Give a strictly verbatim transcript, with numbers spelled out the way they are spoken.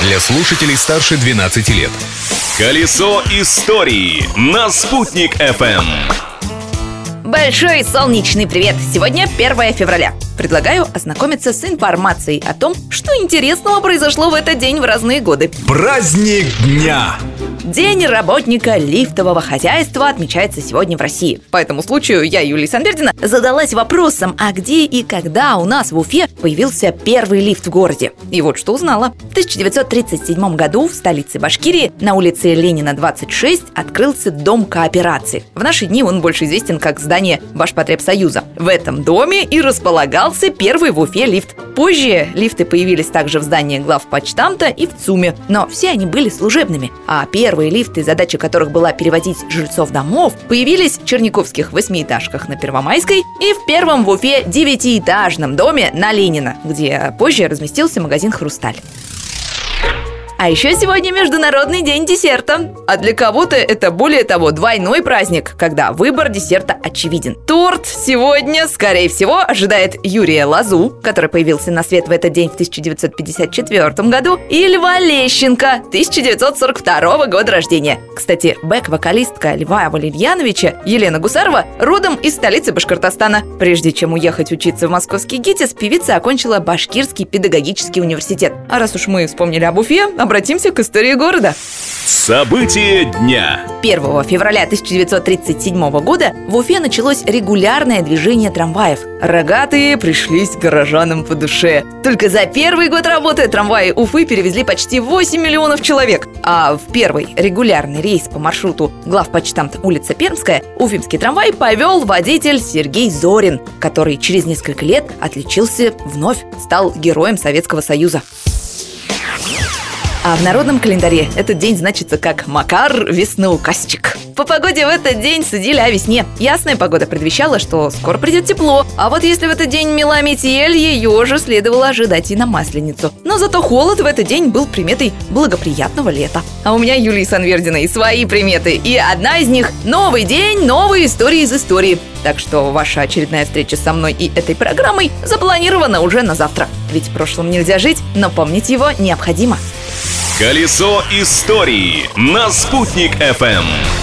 для слушателей старше двенадцати лет. Колесо истории на Спутник эф эм. Большой солнечный привет! Сегодня первое февраля. Предлагаю ознакомиться с информацией о том, что интересного произошло в этот день в разные годы. Праздник дня! День работника лифтового хозяйства отмечается сегодня в России. По этому случаю я, Юлия Санвердина, задалась вопросом, а где и когда у нас в Уфе появился первый лифт в городе. И вот что узнала. В тысяча девятьсот тридцать седьмом году в столице Башкирии на улице Ленина, двадцать шесть, открылся Дом кооперации. В наши дни он больше известен как здание Башпотребсоюза. В этом доме и располагался первый в Уфе лифт. Позже лифты появились также в здании главпочтамта и в ЦУМе, но все они были служебными. А первые лифты, задача которых была перевозить жильцов домов, появились в черниковских восьмиэтажках на Первомайской и в первом в Уфе девятиэтажном доме на Ленина, где позже разместился магазин «Хрусталь». А еще сегодня Международный день десерта. А для кого-то это, более того, двойной праздник, когда выбор десерта очевиден. Торт сегодня, скорее всего, ожидает Юрия Лозу, который появился на свет в этот день в тысяча девятьсот пятьдесят четвёртом году, и Льва Лещенко, тысяча девятьсот сорок второго года рождения. Кстати, бэк-вокалистка Льва Валерьяновича Елена Гусарова родом из столицы Башкортостана. Прежде чем уехать учиться в московский ГИТИС, певица окончила Башкирский педагогический университет. А раз уж мы вспомнили об Уфе, обратимся к истории города. События дня. первого февраля тысяча девятьсот тридцать седьмого года в Уфе началось регулярное движение трамваев. Рогатые пришлись горожанам по душе. Только за первый год работы трамваи Уфы перевезли почти восемь миллионов человек. А в первый регулярный рейс по маршруту главпочтамт улица Пермская уфимский трамвай повел водитель Сергей Зорин, который через несколько лет отличился, вновь стал героем Советского Союза. А в народном календаре этот день значится как Макар Весноуказчик. По погоде в этот день судили о весне. Ясная погода предвещала, что скоро придет тепло. А вот если в этот день мела метель, ее же следовало ожидать и на Масленицу. Но зато холод в этот день был приметой благоприятного лета. А у меня, Юлии Санвердиной, свои приметы. И одна из них – новый день, новые истории из истории. Так что ваша очередная встреча со мной и этой программой запланирована уже на завтра. Ведь в прошлом нельзя жить, но помнить его необходимо. Колесо истории на Спутник эф эм.